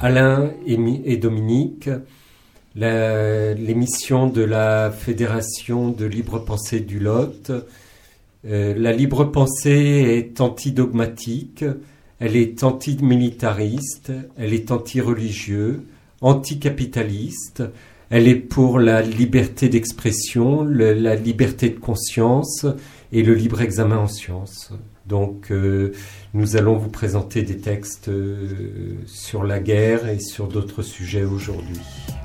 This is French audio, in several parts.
Alain et Dominique, l'émission de la Fédération de libre pensée du Lot. La libre pensée est antidogmatique, elle est antimilitariste, elle est anti-religieux, anticapitaliste, elle est pour la liberté d'expression, la liberté de conscience et le libre examen en sciences. Donc nous allons vous présenter des textes sur la guerre et sur d'autres sujets aujourd'hui.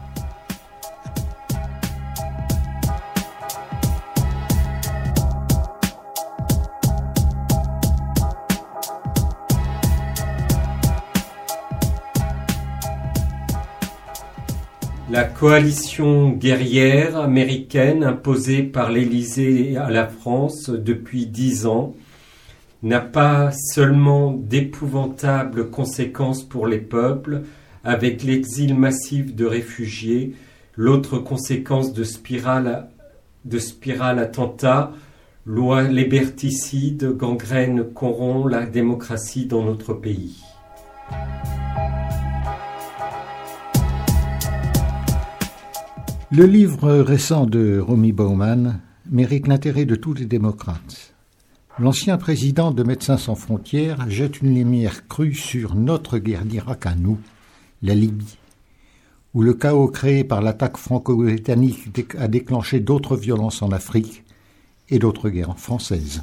La coalition guerrière américaine imposée par l'Élysée à la France depuis 10 ans n'a pas seulement d'épouvantables conséquences pour les peuples, avec l'exil massif de réfugiés, l'autre conséquence de spirale attentat, loi liberticide, gangrène corrompt la démocratie dans notre pays. Le livre récent de Romy Bauman mérite l'intérêt de tous les démocrates. L'ancien président de Médecins sans frontières jette une lumière crue sur notre guerre d'Irak à nous, la Libye, où le chaos créé par l'attaque franco-britannique a déclenché d'autres violences en Afrique et d'autres guerres françaises.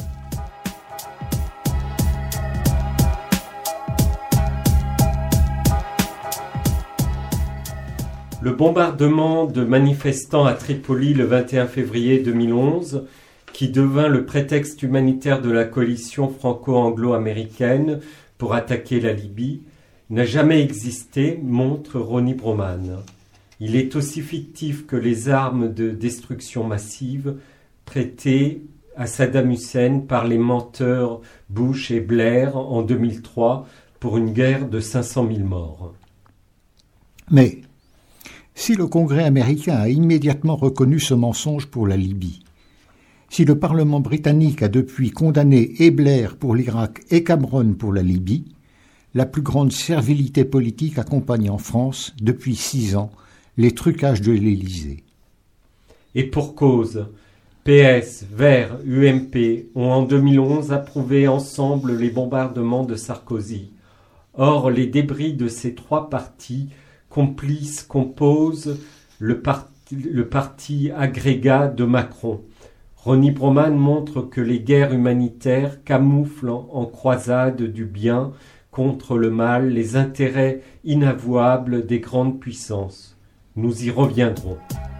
Le bombardement de manifestants à Tripoli le 21 février 2011, qui devint le prétexte humanitaire de la coalition franco-anglo-américaine pour attaquer la Libye, n'a jamais existé, montre Ronnie Broman. Il est aussi fictif que les armes de destruction massive prêtées à Saddam Hussein par les menteurs Bush et Blair en 2003 pour une guerre de 500 000 morts. Mais si le Congrès américain a immédiatement reconnu ce mensonge pour la Libye, si le Parlement britannique a depuis condamné et Blair pour l'Irak et Cameron pour la Libye, la plus grande servilité politique accompagne en France, depuis 6 ans, les trucages de l'Élysée. Et pour cause, PS, Verts, UMP ont en 2011 approuvé ensemble les bombardements de Sarkozy. Or, les débris de ces 3 partis complices composent le parti agrégat de Macron. Ronnie Broman montre que les guerres humanitaires camouflent en croisade du bien contre le mal les intérêts inavouables des grandes puissances. Nous y reviendrons.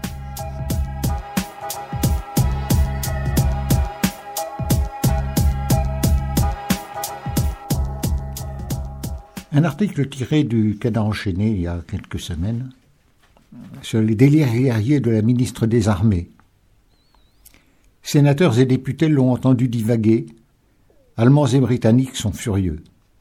Un article tiré du Canard enchaîné il y a quelques semaines sur les délires guerriers de la ministre des Armées. Sénateurs et députés l'ont entendu divaguer. Allemands et Britanniques sont furieux.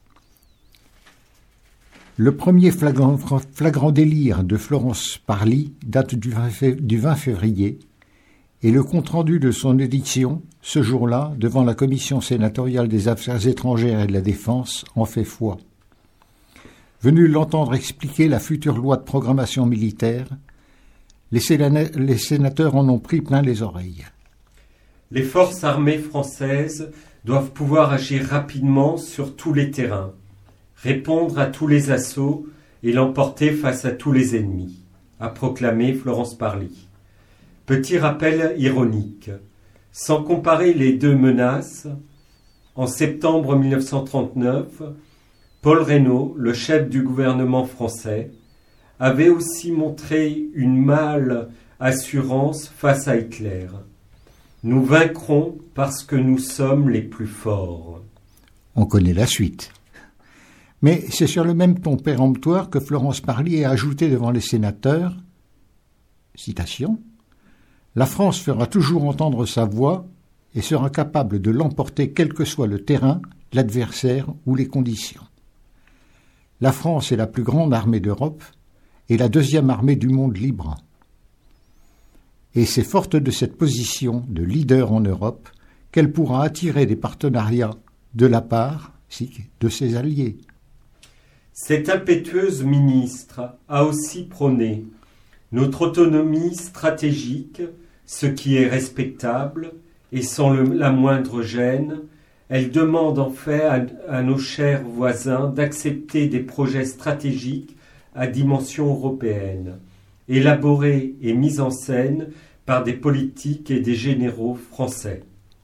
Le premier flagrant délire de Florence Parly date du 20 février et le compte-rendu de son édiction, ce jour-là, devant la Commission sénatoriale des Affaires étrangères et de la Défense, en fait foi. Venu l'entendre expliquer la future loi de programmation militaire, les sénateurs en ont pris plein les oreilles. Les forces armées françaises doivent pouvoir agir rapidement sur tous les terrains, répondre à tous les assauts et l'emporter face à tous les ennemis, a proclamé Florence Parly. Petit rappel ironique, sans comparer les 2 menaces, en septembre 1939, Paul Reynaud, le chef du gouvernement français, avait aussi montré une mâle assurance face à Hitler. Nous vaincrons parce que nous sommes les plus forts. On connaît la suite. Mais c'est sur le même ton péremptoire que Florence Parly a ajouté devant les sénateurs, citation, « La France fera toujours entendre sa voix et sera capable de l'emporter quel que soit le terrain, l'adversaire ou les conditions. La France est la plus grande armée d'Europe et la 2e armée du monde libre. Et c'est forte de cette position de leader en Europe qu'elle pourra attirer des partenariats de la part de ses alliés. » Cette impétueuse ministre a aussi prôné notre autonomie stratégique, ce qui est respectable, et sans la moindre gêne. Elle demande en fait à nos chers voisins d'accepter des projets stratégiques à dimension européenne, élaborés et mis en scène par des politiques et des généraux français.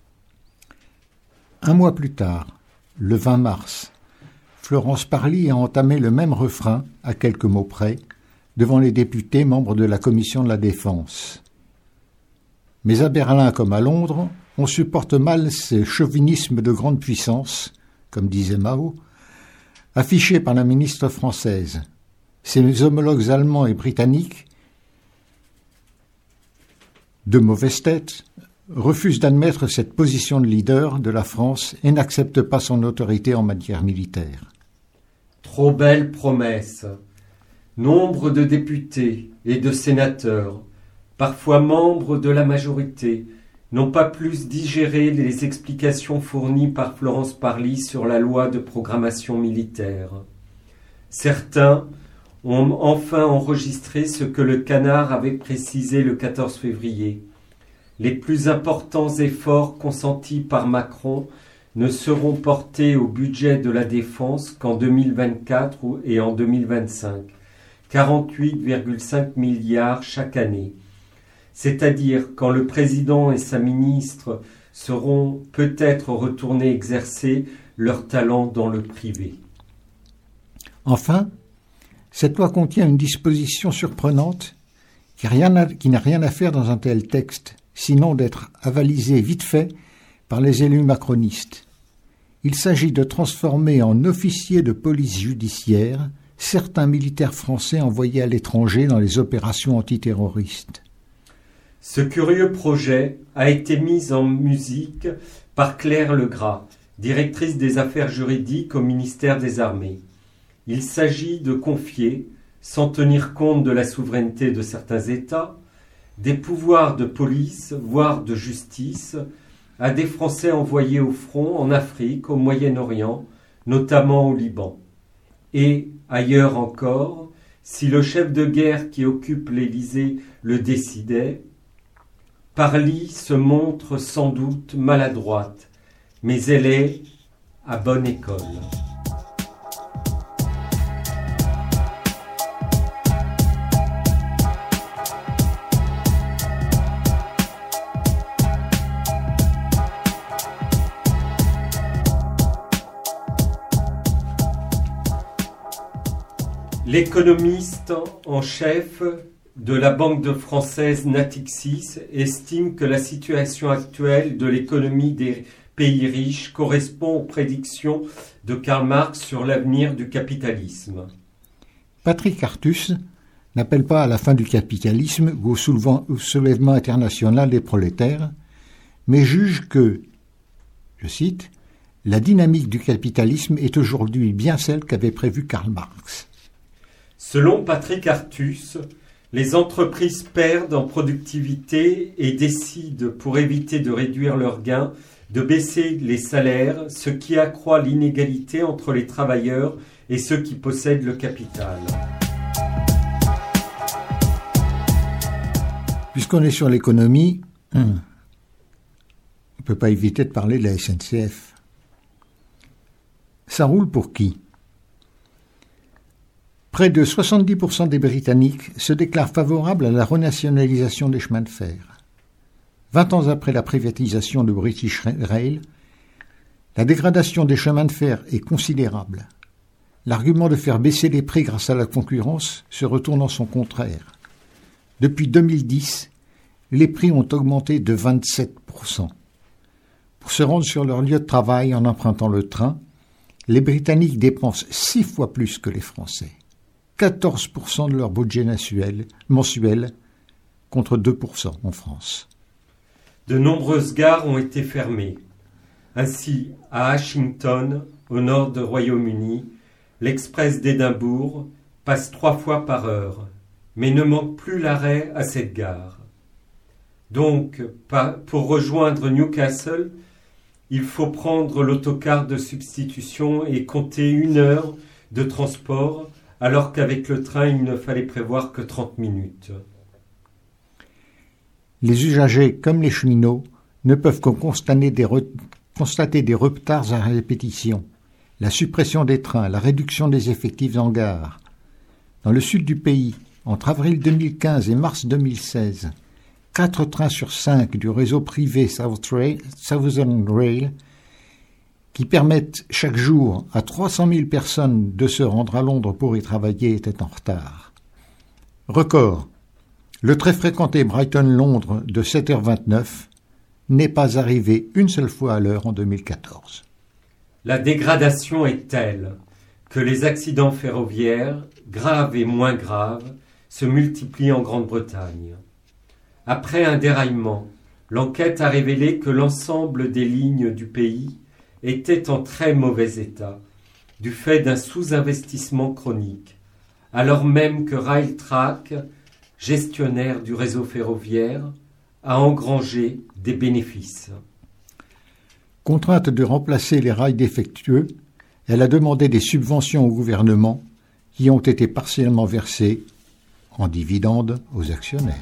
Un mois plus tard, le 20 mars, Florence Parly a entamé le même refrain, à quelques mots près, devant les députés membres de la Commission de la Défense. Mais à Berlin comme à Londres, on supporte mal ces chauvinismes de grande puissance, comme disait Mao, affichés par la ministre française. Ses homologues allemands et britanniques, de mauvaise tête, refusent d'admettre cette position de leader de la France et n'acceptent pas son autorité en matière militaire. Trop belle promesse. Nombre de députés et de sénateurs, parfois membres de la majorité, n'ont pas plus digéré les explications fournies par Florence Parly sur la loi de programmation militaire. Certains ont enfin enregistré ce que le Canard avait précisé le 14 février. Les plus importants efforts consentis par Macron ne seront portés au budget de la défense qu'en 2024 et en 2025, 48,5 milliards chaque année. C'est-à-dire quand le président et sa ministre seront peut-être retournés exercer leur talent dans le privé. Enfin, cette loi contient une disposition surprenante qui n'a rien à faire dans un tel texte, sinon d'être avalisée vite fait par les élus macronistes. Il s'agit de transformer en officiers de police judiciaire certains militaires français envoyés à l'étranger dans les opérations antiterroristes. Ce curieux projet a été mis en musique par Claire Legras, directrice des affaires juridiques au ministère des Armées. Il s'agit de confier, sans tenir compte de la souveraineté de certains États, des pouvoirs de police, voire de justice, à des Français envoyés au front en Afrique, au Moyen-Orient, notamment au Liban. Et, ailleurs encore, si le chef de guerre qui occupe l'Élysée le décidait, Parly se montre sans doute maladroite, mais elle est à bonne école. L'économiste en chef de la Banque française Natixis estime que la situation actuelle de l'économie des pays riches correspond aux prédictions de Karl Marx sur l'avenir du capitalisme. Patrick Artus n'appelle pas à la fin du capitalisme ou au soulèvement international des prolétaires, mais juge que, je cite, « la dynamique du capitalisme est aujourd'hui bien celle qu'avait prévue Karl Marx ». Selon Patrick Artus, les entreprises perdent en productivité et décident, pour éviter de réduire leurs gains, de baisser les salaires, ce qui accroît l'inégalité entre les travailleurs et ceux qui possèdent le capital. Puisqu'on est sur l'économie, on ne peut pas éviter de parler de la SNCF. Ça roule pour qui ? Près de 70% des Britanniques se déclarent favorables à la renationalisation des chemins de fer. 20 ans après la privatisation de British Rail, la dégradation des chemins de fer est considérable. L'argument de faire baisser les prix grâce à la concurrence se retourne en son contraire. Depuis 2010, les prix ont augmenté de 27%. Pour se rendre sur leur lieu de travail en empruntant le train, les Britanniques dépensent 6 fois plus que les Français. 14% de leur budget mensuel contre 2% en France. De nombreuses gares ont été fermées. Ainsi, à Ashington, au nord du Royaume-Uni, l'express d'Édimbourg passe 3 fois par heure, mais ne manque plus l'arrêt à cette gare. Donc, pour rejoindre Newcastle, il faut prendre l'autocar de substitution et compter 1 heure de transport, alors qu'avec le train, il ne fallait prévoir que 30 minutes. Les usagers, comme les cheminots, ne peuvent que constater des retards à répétition, la suppression des trains, la réduction des effectifs en gare. Dans le sud du pays, entre avril 2015 et mars 2016, 4 trains sur 5 du réseau privé Southern Rail, qui permettent chaque jour à 300 000 personnes de se rendre à Londres pour y travailler, étaient en retard. Record. Le très fréquenté Brighton-Londres de 7h29 n'est pas arrivé une seule fois à l'heure en 2014. La dégradation est telle que les accidents ferroviaires, graves et moins graves, se multiplient en Grande-Bretagne. Après un déraillement, l'enquête a révélé que l'ensemble des lignes du pays étaient en très mauvais état, du fait d'un sous-investissement chronique, alors même que Railtrack, gestionnaire du réseau ferroviaire, a engrangé des bénéfices. Contrainte de remplacer les rails défectueux, elle a demandé des subventions au gouvernement qui ont été partiellement versées en dividendes aux actionnaires.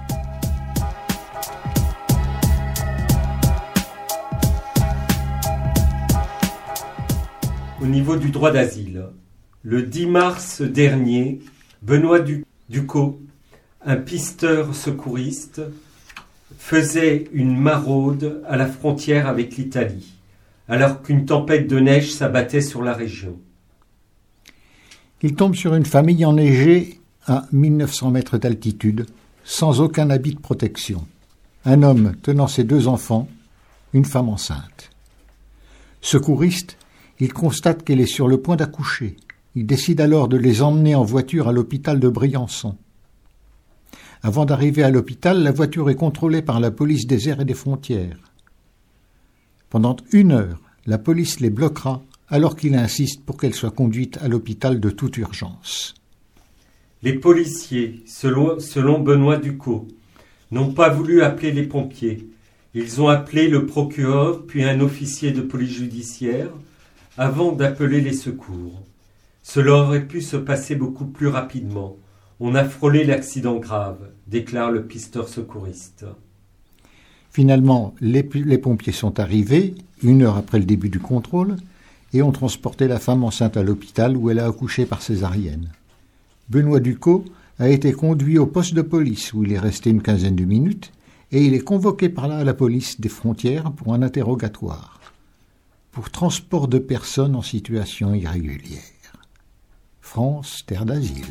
Au niveau du droit d'asile, le 10 mars dernier, Benoît Ducos, un pisteur secouriste, faisait une maraude à la frontière avec l'Italie, alors qu'une tempête de neige s'abattait sur la région. Il tombe sur une famille enneigée à 1900 mètres d'altitude, sans aucun habit de protection. Un homme tenant ses 2 enfants, une femme enceinte. Secouriste, il constate qu'elle est sur le point d'accoucher. Il décide alors de les emmener en voiture à l'hôpital de Briançon. Avant d'arriver à l'hôpital, la voiture est contrôlée par la police des airs et des frontières. Pendant 1 heure, la police les bloquera alors qu'il insiste pour qu'elles soient conduites à l'hôpital de toute urgence. Les policiers, selon Benoît Ducos, n'ont pas voulu appeler les pompiers. Ils ont appelé le procureur puis un officier de police judiciaire avant d'appeler les secours. Cela aurait pu se passer beaucoup plus rapidement. On a frôlé l'accident grave, déclare le pisteur secouriste. Finalement, les pompiers sont arrivés, 1 heure après le début du contrôle, et ont transporté la femme enceinte à l'hôpital où elle a accouché par césarienne. Benoît Ducos a été conduit au poste de police où il est resté une quinzaine de minutes et il est convoqué par la police des frontières pour un interrogatoire, pour transport de personnes en situation irrégulière. France, terre d'asile.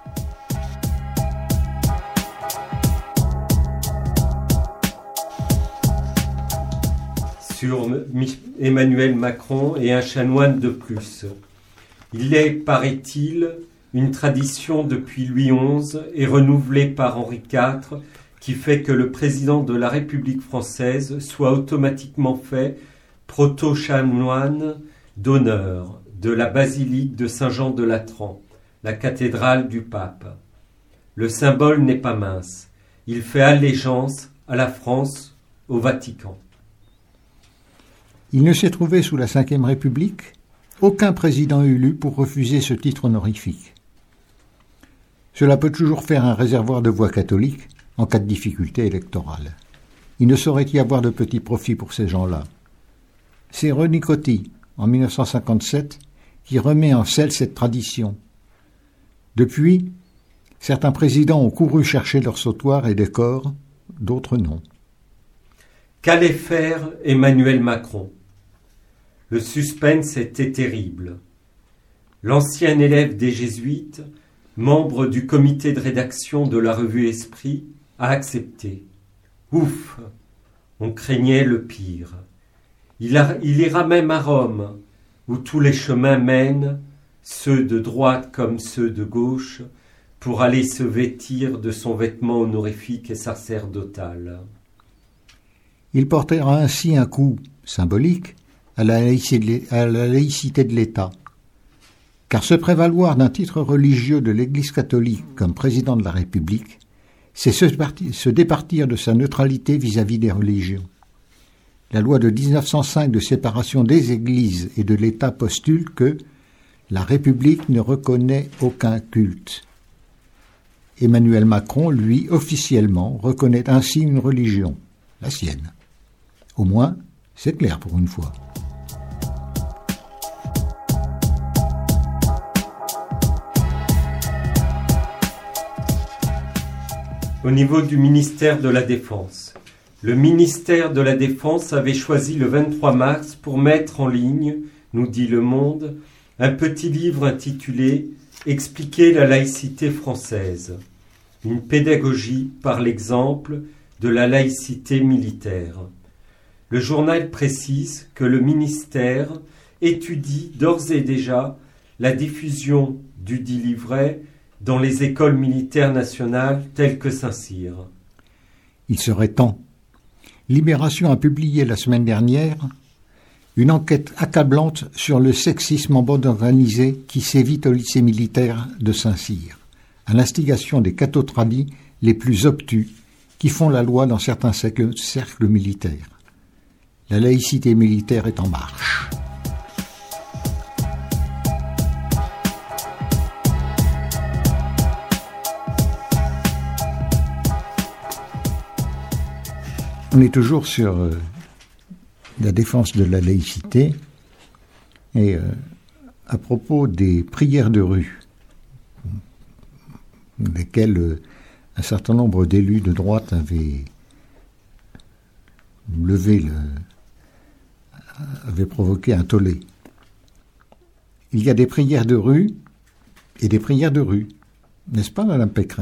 Sur Emmanuel Macron et un chanoine de plus. Il est, paraît-il, une tradition depuis Louis XI et renouvelée par Henri IV qui fait que le président de la République française soit automatiquement fait proto-chanoine d'honneur de la basilique de Saint-Jean-de-Latran, la cathédrale du pape. Le symbole n'est pas mince. Il fait allégeance à la France, au Vatican. Il ne s'est trouvé sous la Ve République aucun président élu pour refuser ce titre honorifique. Cela peut toujours faire un réservoir de voix catholiques en cas de difficulté électorale. Il ne saurait y avoir de petits profits pour ces gens-là. C'est René Coty, en 1957, qui remet en selle cette tradition. Depuis, certains présidents ont couru chercher leur sautoir et décor, d'autres non. Qu'allait faire Emmanuel Macron ? Le suspense était terrible. L'ancien élève des Jésuites, membre du comité de rédaction de la revue Esprit, a accepté. Ouf, on craignait le pire. Il ira même à Rome, où tous les chemins mènent, ceux de droite comme ceux de gauche, pour aller se vêtir de son vêtement honorifique et sacerdotal. Il portera ainsi un coup symbolique à la laïcité de l'État. Car se prévaloir d'un titre religieux de l'Église catholique comme président de la République, c'est se départir de sa neutralité vis-à-vis des religions. La loi de 1905 de séparation des Églises et de l'État postule que La République ne reconnaît aucun culte. Emmanuel Macron, lui, officiellement, reconnaît ainsi une religion, la sienne. Au moins, c'est clair pour une fois. Au niveau du ministère de la Défense. Le ministère de la Défense avait choisi le 23 mars pour mettre en ligne, nous dit Le Monde, un petit livre intitulé « Expliquer la laïcité française ». Une pédagogie par l'exemple de la laïcité militaire. Le journal précise que le ministère étudie d'ores et déjà la diffusion du dit livret dans les écoles militaires nationales telles que Saint-Cyr. Il serait temps. Libération a publié la semaine dernière une enquête accablante sur le sexisme en bande organisée qui sévit au lycée militaire de Saint-Cyr, à l'instigation des cathotradis les plus obtus qui font la loi dans certains cercles militaires. La laïcité militaire est en marche. On est toujours sur la défense de la laïcité et à propos des prières de rue, lesquelles un certain nombre d'élus de droite avaient avaient provoqué un tollé. Il y a des prières de rue et des prières de rue, n'est-ce pas, Madame Pécresse ?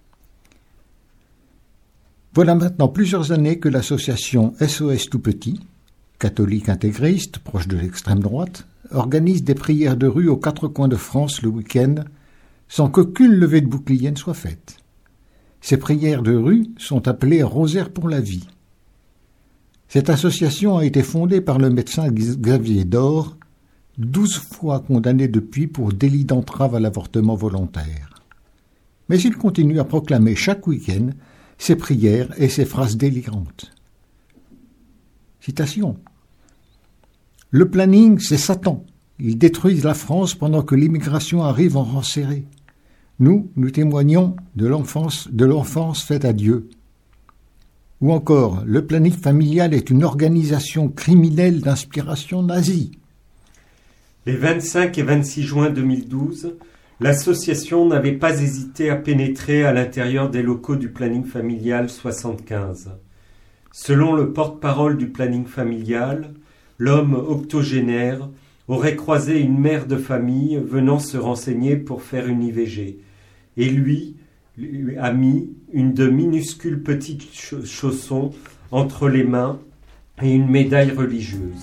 Voilà maintenant plusieurs années que l'association SOS Tout Petit, catholique intégriste, proche de l'extrême droite, organise des prières de rue aux quatre coins de France le week-end, sans qu'aucune levée de bouclier ne soit faite. Ces prières de rue sont appelées Rosaire pour la vie. Cette association a été fondée par le médecin Xavier Dor, 12 fois condamné depuis pour délit d'entrave à l'avortement volontaire. Mais il continue à proclamer chaque week-end ses prières et ses phrases délirantes. Citation. « Le planning, c'est Satan. Ils détruisent la France pendant que l'immigration arrive en rang serré. Nous témoignons de l'enfance faite à Dieu. » Ou encore, le planning familial est une organisation criminelle d'inspiration nazie. Les 25 et 26 juin 2012, l'association n'avait pas hésité à pénétrer à l'intérieur des locaux du planning familial 75. Selon le porte-parole du planning familial, l'homme octogénaire aurait croisé une mère de famille venant se renseigner pour faire une IVG, et lui a mis une de minuscules petites chaussons entre les mains et une médaille religieuse.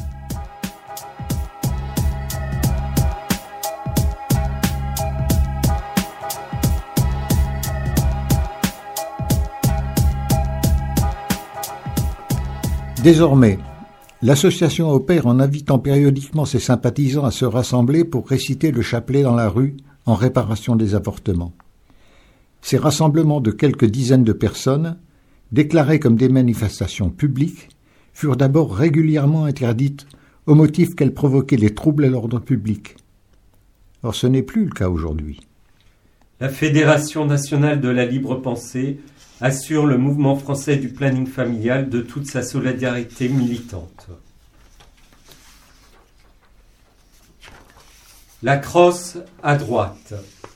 Désormais, l'association opère en invitant périodiquement ses sympathisants à se rassembler pour réciter le chapelet dans la rue en réparation des avortements. Ces rassemblements de quelques dizaines de personnes, déclarés comme des manifestations publiques, furent d'abord régulièrement interdites au motif qu'elles provoquaient des troubles à l'ordre public. Or, ce n'est plus le cas aujourd'hui. La Fédération nationale de la libre pensée assure le mouvement français du planning familial de toute sa solidarité militante. La crosse à droite.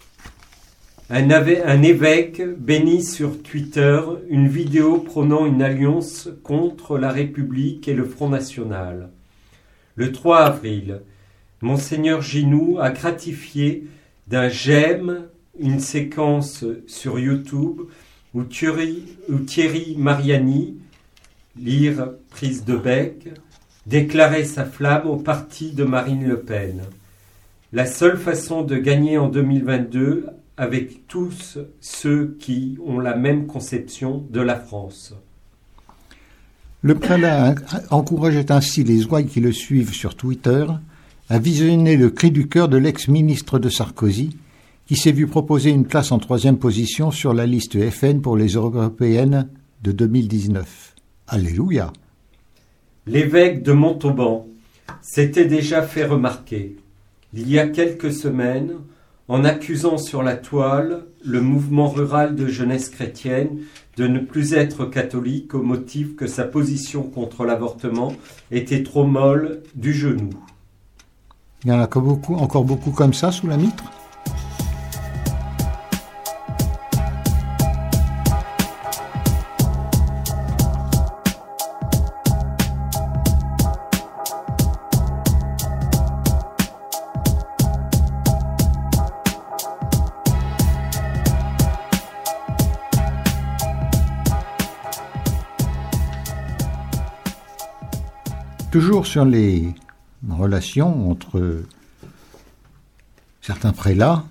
Un évêque bénit sur Twitter une vidéo prônant une alliance contre la République et le Front National. Le 3 avril, Monseigneur Ginoux a gratifié d'un j'aime une séquence sur YouTube où Thierry Mariani, lire prise de bec, déclarait sa flamme au parti de Marine Le Pen. La seule façon de gagner en 2022 avec tous ceux qui ont la même conception de la France. Le prélat encourageait ainsi les ouailles qui le suivent sur Twitter à visionner le cri du cœur de l'ex-ministre de Sarkozy, qui s'est vu proposer une place en 3e position sur la liste FN pour les européennes de 2019. Alléluia. L'évêque de Montauban s'était déjà fait remarquer. il y a quelques semaines, en accusant sur la toile le mouvement rural de jeunesse chrétienne de ne plus être catholique au motif que sa position contre l'avortement était trop molle du genou. Il y en a encore beaucoup comme ça sous la mitre ? Toujours sur les relations entre certains prélats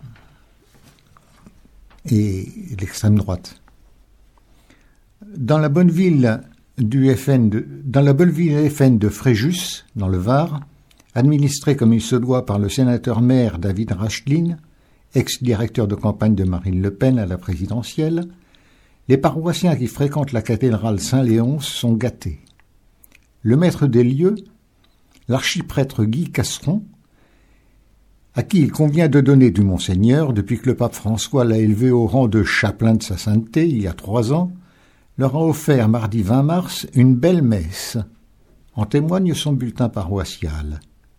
et l'extrême droite. Dans la bonne ville FN de Fréjus, dans le Var, administrée comme il se doit par le sénateur-maire David Rachlin, ex-directeur de campagne de Marine Le Pen à la présidentielle, les paroissiens qui fréquentent la cathédrale Saint-Léonce sont gâtés. Le maître des lieux, l'archiprêtre Guy Casseron, à qui il convient de donner du Monseigneur depuis que le pape François l'a élevé au rang de chapelain de sa sainteté il y a 3 ans, leur a offert mardi 20 mars une belle messe. En témoigne son bulletin paroissial.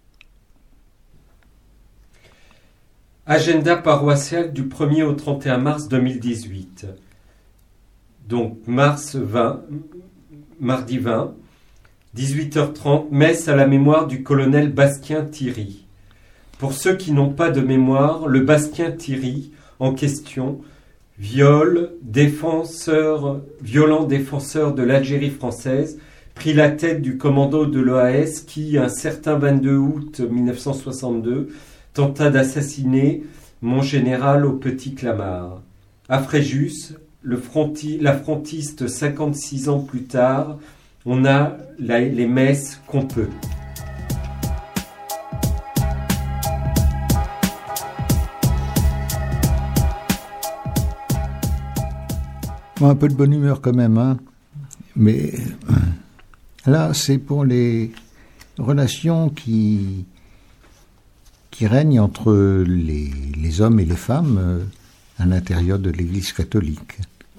Agenda paroissial du 1er au 31 mars 2018. Donc mardi 20, 18h30, messe à la mémoire du colonel Bastien Thierry. Pour ceux qui n'ont pas de mémoire, le Bastien Thierry en question, violent défenseur de l'Algérie française, prit la tête du commando de l'OAS qui, un certain 22 août 1962, tenta d'assassiner mon général au Petit Clamart. À Fréjus, la frontiste 56 ans plus tard, on a les messes qu'on peut. Un peu de bonne humeur quand même, hein. Mais là, c'est pour les relations qui règnent entre les hommes et les femmes à l'intérieur de l'Église catholique.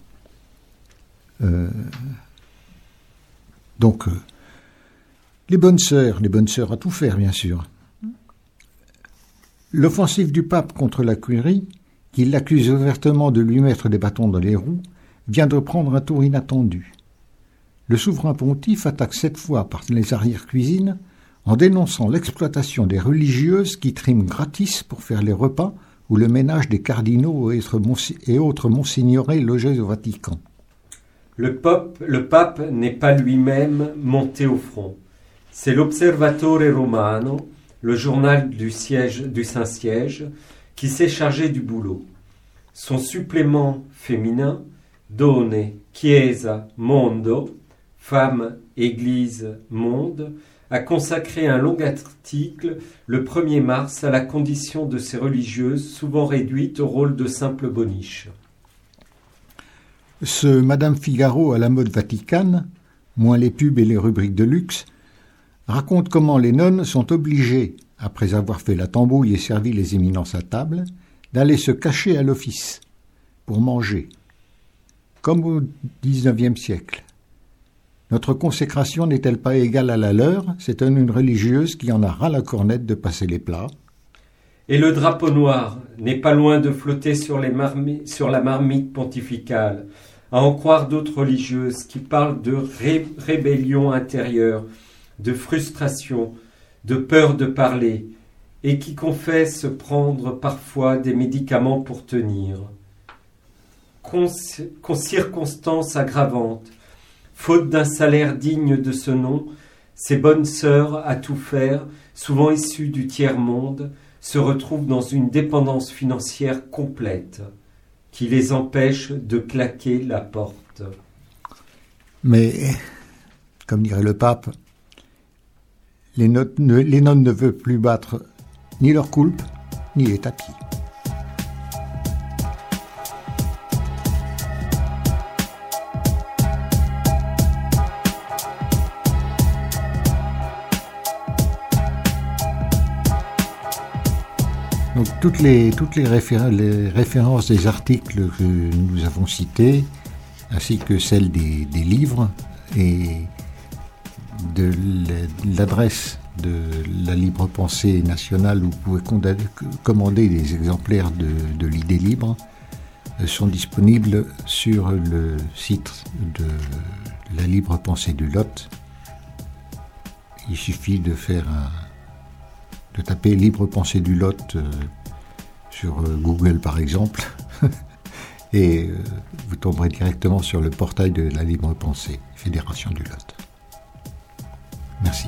Donc, les bonnes sœurs à tout faire, bien sûr. L'offensive du pape contre la Curie, qui l'accuse ouvertement de lui mettre des bâtons dans les roues, vient de prendre un tour inattendu. Le souverain pontife attaque cette fois par les arrière-cuisines en dénonçant l'exploitation des religieuses qui triment gratis pour faire les repas ou le ménage des cardinaux et autres monsignorés logés au Vatican. Le pape n'est pas lui-même monté au front. C'est l'Observatore Romano, le journal du Saint-Siège, qui s'est chargé du boulot. Son supplément féminin, Donne, Chiesa, Mondo, Femme, Église, Monde, a consacré un long article le 1er mars à la condition de ces religieuses, souvent réduites au rôle de simples boniches. Ce Madame Figaro à la mode vaticane, moins les pubs et les rubriques de luxe, raconte comment les nonnes sont obligées, après avoir fait la tambouille et servi les éminences à table, d'aller se cacher à l'office pour manger, comme au XIXe siècle. Notre consécration n'est-elle pas égale à la leur ? C'est une religieuse qui en a ras la cornette de passer les plats. Et le drapeau noir n'est pas loin de flotter sur la marmite pontificale, à en croire d'autres religieuses qui parlent de rébellion intérieure, de frustration, de peur de parler, et qui confessent prendre parfois des médicaments pour tenir. Circonstance aggravante, faute d'un salaire digne de ce nom, ces bonnes sœurs à tout faire, souvent issues du tiers-monde, se retrouvent dans une dépendance financière complète qui les empêche de claquer la porte. Mais, comme dirait le pape, les nonnes ne veulent plus battre ni leur coulpe, ni les tapis. Donc toutes les références des articles que nous avons cités, ainsi que celles des livres et de l'adresse de la Libre Pensée Nationale où vous pouvez commander des exemplaires de l'idée libre, sont disponibles sur le site de la Libre Pensée du Lot. Il suffit de taper Libre Pensée du Lot sur Google par exemple et vous tomberez directement sur le portail de la Libre Pensée, Fédération du Lot. Merci.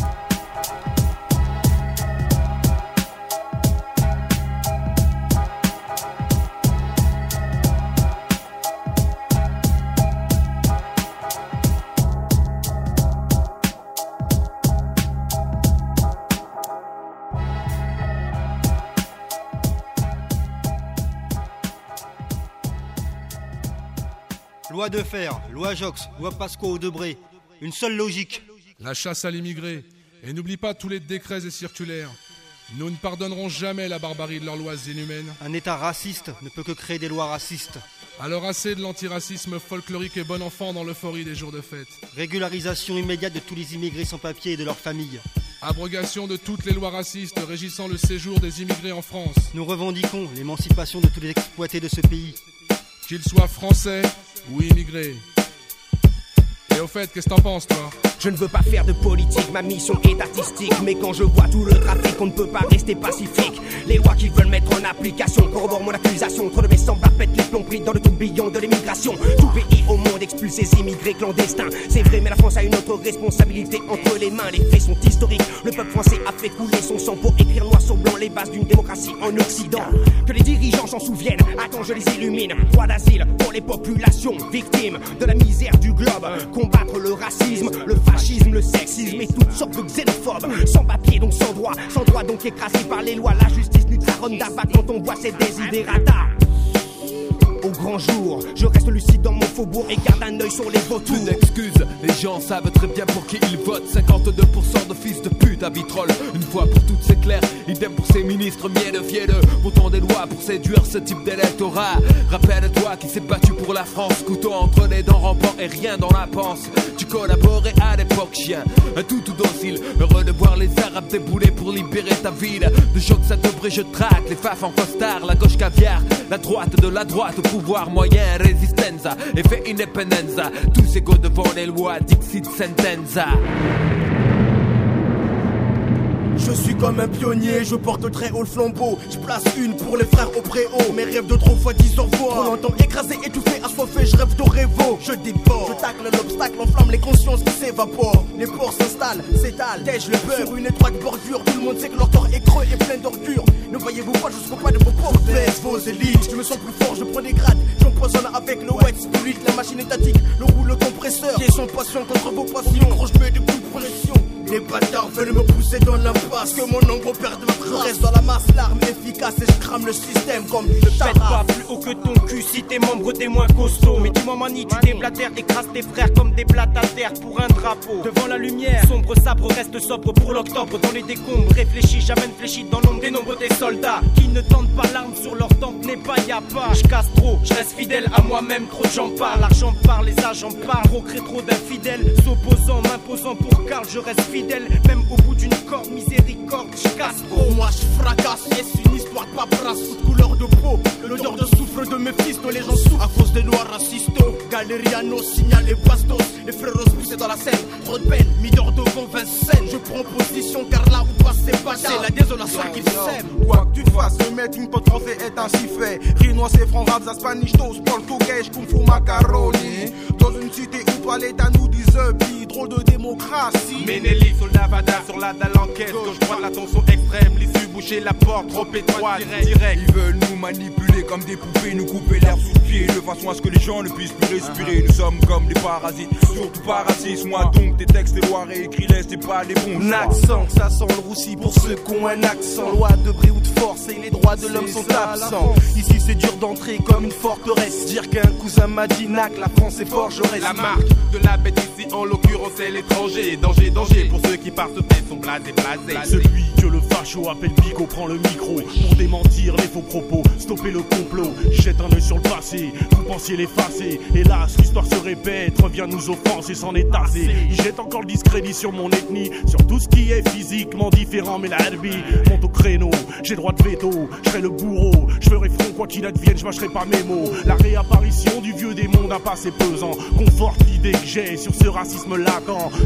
Loi de Fer, loi Jox, loi Pasco-Debré. Une seule logique. La chasse à l'immigré. Et n'oublie pas tous les décrets et circulaires. Nous ne pardonnerons jamais la barbarie de leurs lois inhumaines. Un État raciste ne peut que créer des lois racistes. Alors assez de l'antiracisme folklorique et bon enfant dans l'euphorie des jours de fête. Régularisation immédiate de tous les immigrés sans papier et de leurs familles. Abrogation de toutes les lois racistes régissant le séjour des immigrés en France. Nous revendiquons l'émancipation de tous les exploités de ce pays. Qu'ils soient français ou immigrés. Et au fait, qu'est-ce que t'en penses, toi ? Je ne veux pas faire de politique, ma mission est artistique. Mais quand je vois tout le trafic, on ne peut pas rester pacifique. Les lois qu'ils veulent mettre en application corroborent mon accusation. Trop de mes semblables pètent les plombs pris dans le tourbillon de l'immigration. Tout pays au monde expulse ces immigrés clandestins. C'est vrai, mais la France a une autre responsabilité entre les mains. Les faits sont historiques. Le peuple français a fait couler son sang pour écrire noir sur blanc les bases d'une démocratie en Occident. Que les dirigeants s'en souviennent, attends, je les illumine. Droit d'asile pour les populations victimes de la misère du globe. Combattre le racisme, le fascisme, le sexisme et toutes sortes de xénophobes. Sans papier donc sans droit donc écrasé par les lois. La justice nuque sa ronde d'abat quand on voit ses désidérata. Au grand jour, je reste lucide dans mon faubourg et garde un œil sur les vautours. Plus d'excuses, les gens savent très bien pour qui ils votent. 52% de fils de pute à vitrolles. Une fois pour toutes c'est clair, idem pour ces ministres mielleux. Votant des lois pour séduire ce type d'électorat. Rappelle-toi qui s'est battu pour la France, couteau entre les dents rampant et rien dans la panse. Tu collaborais à l'époque chien, un tout docile. Heureux de voir les arabes débouler pour libérer ta ville. De choc ça devrait je traque, les faf en costard. La gauche caviar, la droite de la droite. Pouvoir moyen, résistenza, effet independenza. Tous égaux devant les lois, dixit sentenza. Je suis comme un pionnier, je porte très haut le flambeau. Je place une pour les frères au préau. Mes rêves de trop fois 10 au revoir. Trop longtemps écrasé, étouffé, assoiffé, je rêve de révo. Je dévore, je tacle l'obstacle, enflamme les consciences qui s'évaporent. Les ports s'installent, s'étalent, tèche le beurre. Sur une étroite bordure, tout le monde sait que leur corps est creux et plein d'ordures. Ne voyez-vous pas, je serai pas de vos pauvres fesses, vos élites. Je me sens plus fort, je prends des grades. J'empoisonne avec le wet spirit. La machine étatique, le rouleau compresseur. Qui est sans passion contre vos passions. Gros, je mets des coups de pression. Les bâtards veulent me pousser dans l'impasse. Que mon ombre perde ma trace. Reste dans la masse, l'arme efficace. Et je crame le système comme une tarasse. Pète pas plus haut que ton cul si t'es membre t'es moins costaud. Mais dis-moi mani, tu déblatères, écrases tes frères comme des blattes à terre pour un drapeau. Devant la lumière, sombre sabre reste sobre pour l'octobre. Dans les décombres, réfléchis, j'amène fléchi dans l'ombre des nombres des soldats. Qui ne tentent pas l'arme sur leur tempe n'est pas y'a pas. J'casse trop, je reste fidèle à moi-même, trop de gens parlent. L'argent parle, les agents parlent. Trop crée trop d'infidèles, s'opposant, m'imposant pour Karl, je reste fidèle. Même au bout d'une corde, miséricorde, j'casse trop. Pour moi je fracasse, est-ce une histoire de paperasse. Toute couleur de peau, l'odeur de soufre de mes fils. Les gens souffrent à cause des noirs racistes. Galériano, signal et bastos. Les frérots poussés dans la scène, trop de peine, mis d'or de convaincent. Je prends position car là où passe c'est pas c'est la désolation qui sème. Quoi que tu fasses, le melting pot français est ainsi fait. Rinois, c'est franc, rap, spanish, toast, portugais, kung fu, macaroni. Dans une cité où toi l'État nous dit drôle de démocratie. Ménélique sur la vada, sur la dalle enquête. Gauche droite, la tension extrême. L'issue boucher la porte, trop étroite, direct. Ils veulent nous manipuler comme des poupées, nous couper l'air sous le pied de façon à ce que les gens ne puissent plus respirer. Nous sommes comme des parasites, surtout pas racistes. Moi donc tes textes, tes lois réécrits privilèges n'est pas les bons choix. Accent, ça sent le roussi pour ceux qui ont un accent. Loi de bris ou de force et les droits de l'homme sont absents. Ici c'est dur d'entrer comme une forteresse. Dire qu'un cousin m'a dit nac, la France est forgeresse. La marque de la bête ici en l'occurrence c'est l'étranger. Danger, danger pour ceux qui par ce fait sont blasés, blasés. Celui que le facho appelle Bigot prend le micro pour démentir les faux propos, stopper le complot. Jette un œil sur le passé, vous pensiez l'effacer. Hélas, l'histoire se répète, revient nous offenser, s'en est tassé. Il jette encore le discrédit sur mon ethnie, sur tout ce qui est physiquement différent. Mais la herbe monte au créneau, j'ai droit de veto, je serai le bourreau. Je ferai front quoi qu'il advienne, je mâcherai pas mes mots. La réapparition du vieux démon d'un passé pesant conforte l'idée que j'ai sur ce racisme latent.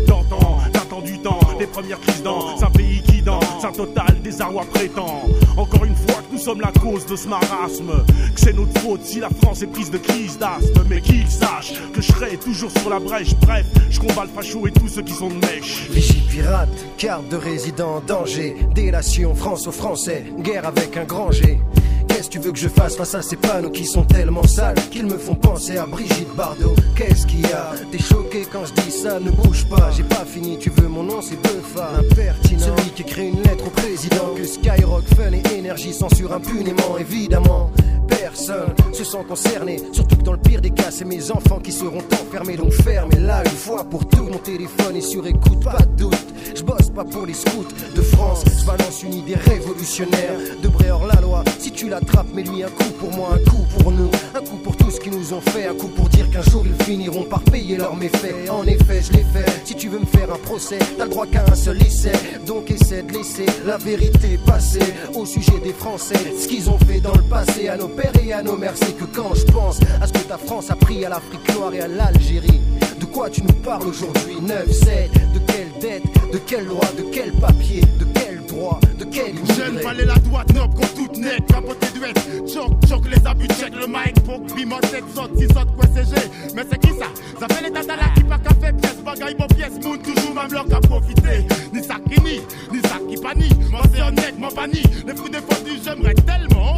Datant du temps, des premières crises dans un pays qui danse, un total désarroi prétend. Encore une fois que nous sommes la cause de ce marasme, que c'est notre faute si la France est prise de crise d'asthme. Mais qu'ils sachent que je serai toujours sur la brèche. Bref, je combats le facho et tous ceux qui sont de mèche. Vigie pirate, carte de résident en danger, délation France aux Français, guerre avec un grand G. Qu'est-ce que tu veux que je fasse face à ces panneaux qui sont tellement sales qu'ils me font penser à Brigitte Bardot? Qu'est-ce qu'il y a? T'es choqué quand je dis ça, ne bouge pas, j'ai pas fini, tu veux mon nom, c'est Beufa. Impertinent, celui qui écrit une lettre au président, que Skyrock, Fun et Énergie censurent impunément, évidemment. Personne se sent concerné, surtout que dans le pire des cas c'est mes enfants qui seront enfermés. Donc fermez-la une fois pour tout, mon téléphone est sur écoute, pas de doute. Je bosse pas pour les scouts de France, je balance une idée révolutionnaire. Debré hors la loi, si tu l'attrapes mets-lui un coup pour moi, un coup pour nous, un coup pour tout ce qu'ils nous ont fait, un coup pour dire qu'un jour ils finiront par payer leurs méfaits. En effet je l'ai fait, si tu veux me faire un procès, t'as le droit qu'à un seul essai. Donc essaie de laisser la vérité passer au sujet des Français, ce qu'ils ont fait dans le passé à nos pères et à nos mères. C'est que quand je pense à ce que ta France a pris à l'Afrique noire et à l'Algérie, de quoi tu nous parles aujourd'hui? 9-7, de quelle dette, de quelle loi, de quel papier, de quel droit, de quel immigré? Jeune valait la droite, noble comme toute nette, capoté duet, choc les abus, check le mic, pour bimot, 7 sautes, 6 sautes, quoi c'est G. Mais c'est qui ça? Ça fait les tatala qui pas qu'à fait pièce, bagaille, bon pièce, moun, toujours même leur qu'à profiter. Ni ça qui nie, ni ça qui panie, moi c'est honnête, moi banni. Les fruits des fondus, j'aimerais tellement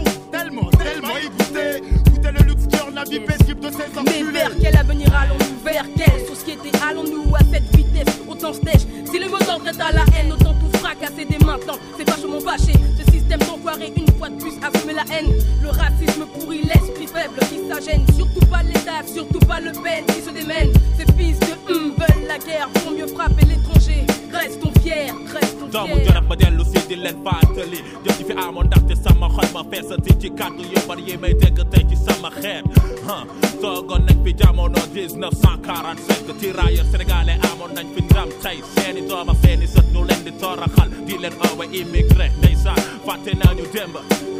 y goûter. Goûter le luxe cœur, la vie paisible de ces enculés. Mais vers quel avenir allons-nous? Vers quelle société allons-nous à cette vitesse? Autant se tèche, si le mot d'ordre est à la haine, autant tout fracasser dès maintenant. C'est vachement vaché, ce système d'enfoiré une fois de plus assumer la haine. Le racisme pourrit l'esprit faible qui s'agène. Surtout pas l'État, surtout pas Le Pen qui se démène. Ces fils de veulent la guerre pour mieux frapper l'étranger. Restons fiers, restons fiers. Toogoon nañ fi jamono 1947 que tirailleurs sénégalais amoon nañ fi ndam tey seeni doom ak seeni sët ñu leen di toroxal di leen oowe immigré ndeysaan fàtte nañu démb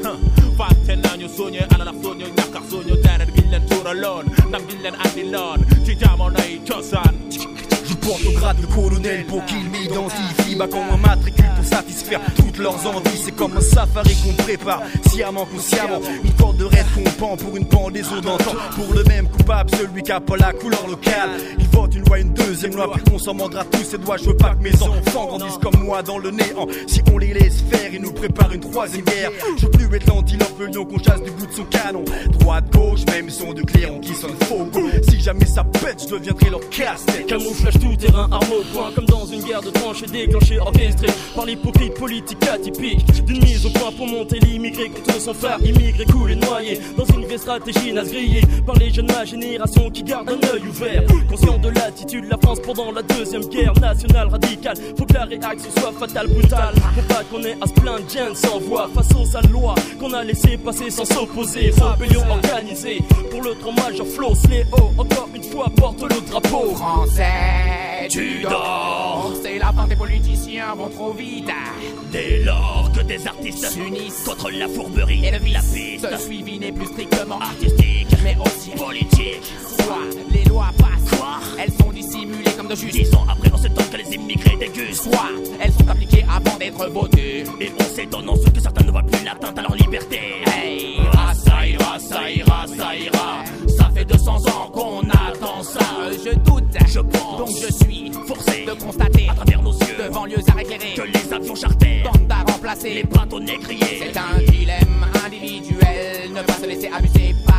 fàtte nañu suñu alal ak suñu ñàkk ak suñu deret giñ leen tuuraloon ndam giñ leen andiloon ci jamonoy cosaan. Je porte au grade de colonel pour qu'ils m'identifient. Bah comme un matricule pour satisfaire toutes leurs envies. C'est comme un safari qu'on prépare, sciemment, consciemment. Une corde de raid qu'on pend pour une pendaison d'antan. Pour le même coupable, celui qui a pas la couleur locale. Il vote une loi, une deuxième loi, puis on s'en mordra tous ses doigts. Je veux pas que mes enfants grandissent comme moi dans le néant. Si on les laisse faire, ils nous préparent une troisième guerre. Je veux plus être l'antilope, le lion qu'on chasse du bout de son canon. Droite, gauche, même son de clairon qui sonne faux. Si jamais ça pète, je deviendrai leur casse-tête. Camouflage tout terrain, arme au point, comme dans une guerre de tranchées déclenchée, orchestrée par l'hypocrite politique atypique d'une mise au point pour monter l'immigré contre son frère immigré coulé noyé dans une vieille stratégie naze grillée par les jeunes de ma génération qui gardent un œil ouvert, conscient de l'attitude de la France pendant la deuxième guerre nationale radicale. Faut que la réaction soit fatale, brutale, faut pas qu'on ait à se plaindre, Jen sans voix face aux sales lois qu'on a laissé passer sans s'opposer. Rébellion organisée pour le trop majeur Flo Sléo, encore une fois porte le drapeau français. Tu dors, c'est la fin des politiciens vont trop vite. Dès lors que des artistes s'unissent contre la fourberie et le vice, la piste, ce suivi n'est plus strictement artistique, mais aussi politique. Soit les lois passent, quoi, elles sont dissimulées comme de juste. 10 ans après, on s'étonne que les immigrés dégustent. Soit elles sont appliquées avant d'être votées, et on s'étonne en ce que certains ne voient plus l'atteinte à leur liberté. Hey, ça ira, ça ira, ça ira. Ça fait 200 ans qu'on attend ça. Je doute, je pense, donc je suis forcé de constater à travers nos yeux devant lieux à éclairer que les avions charters tentent à remplacer les bâtonnets grillés. C'est un dilemme individuel, ne pas se laisser abuser par le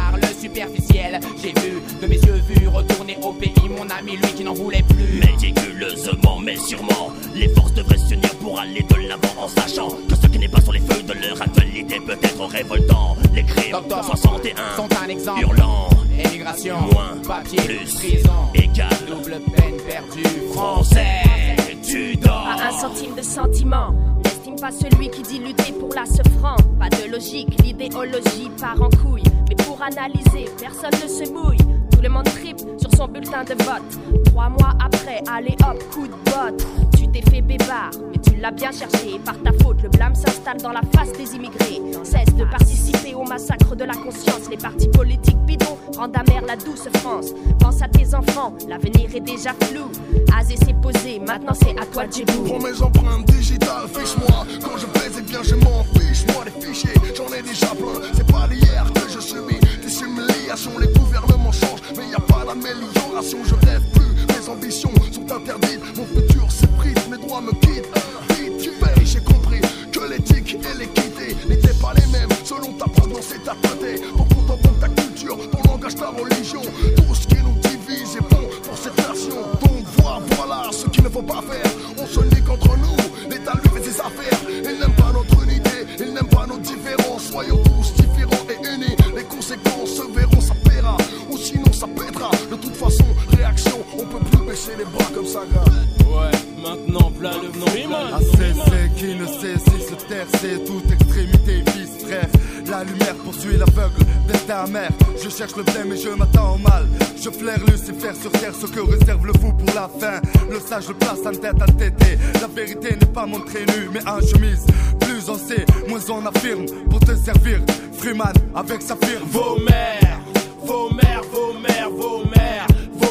superficiel. J'ai vu, de mes yeux vus, retourner au pays mon ami, lui qui n'en voulait plus. Méticuleusement, mais sûrement, les forces devraient s'unir pour aller de l'avant en sachant que ce qui n'est pas sur les feux de leur actualité peut être révoltant. Les crimes Docteur 61 sont un exemple hurlant. Émigration, moins, papier, plus, prison, égal, double peine perdue. Français, tu dors. Pas un centime de sentiment. N'estime pas celui qui dit lutter pour la souffrance. Pas de logique, l'idéologie part en couille. Mais pour analyser, personne ne se mouille. Tout le monde tripe sur son bulletin de vote. 3 mois après, allez hop, coup de botte. Tu t'es fait bébard, mais tu l'as bien cherché. Par ta faute, le blâme s'installe dans la face des immigrés. Cesse de participer au massacre de la conscience. Les partis politiques bidons rendent amère la douce France. Pense à tes enfants, l'avenir est déjà flou. Azé s'est posé, maintenant c'est à toi de djebou. Prends mes empreintes digitales, fiche-moi. Quand je baise, eh bien je m'en fiche. Moi les fichiers, j'en ai déjà plein. C'est pas d'hier que je subis des humiliations. Les gouvernements changent, mais y a pas d'amélioration. Je rêve plus, mes ambitions sont interdites. Mon futur s'effrite, mes droits me quittent. Vite, tu payes, j'ai compris que l'éthique et l'équité n'étaient pas les mêmes. Selon ta provenance et ta teinté, ton compte en banque, ta culture, ton langage, ta religion. Tout ce qui nous divise est bon pour cette nation. Donc voilà ce qu'il ne faut pas faire. On se nique entre nous, l'État lui fait ses affaires. Il n'aime pas notre unité, il n'aime pas nos différences. Soyons tous différents et unis. Les conséquences se verront, ça paiera. Ou sinon ça pètera. De toute façon, réaction, on peut plus baisser les bras comme ça, gars. Ouais, maintenant v'là le nom. ACC qui ne sait si se taire, c'est toute extrémité vice, frère. La lumière poursuit l'aveugle, destin amer. Je cherche le blême et je m'attends au mal. Je flaire Lucifer sur terre, ce que réserve le fou pour la fin. Le sage le place en tête à tété. La vérité n'est pas montrée nue, mais en chemise. Plus on sait, moins on affirme. Pour te servir, Freeman avec sa firme. Vos mères, vos mères, vos mères, vos mères.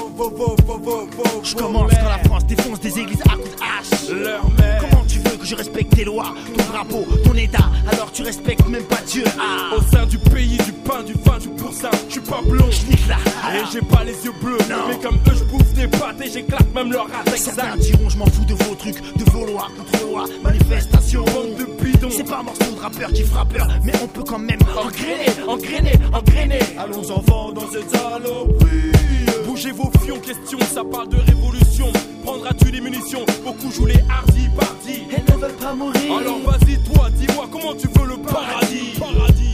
Je commence quand la France défonce des églises à coups de hache. Leur mère. Comment tu veux que je respecte tes lois, ton drapeau, ton état, alors tu respectes même pas Dieu. Au sein du pays, du pain, du vin, du pourcin, je suis pas blond. J'nique là. Et j'ai pas les yeux bleus. Non. Mais comme eux, je bouffe des pâtes et j'éclate même leur race. Certains diront je m'en fous de vos trucs, de vos lois contre lois, manifestations. Bande de bidons. C'est pas un morceau de rappeur qui fera peur, mais on peut quand même engrainer. Allons enfants dans cette saloperie. Bougez vos fions, question, ça parle de révolution. Prendras-tu les munitions? Beaucoup jouent les hardis partis. Elles ne veulent pas mourir. Alors vas-y toi, dis-moi comment tu veux le paradis.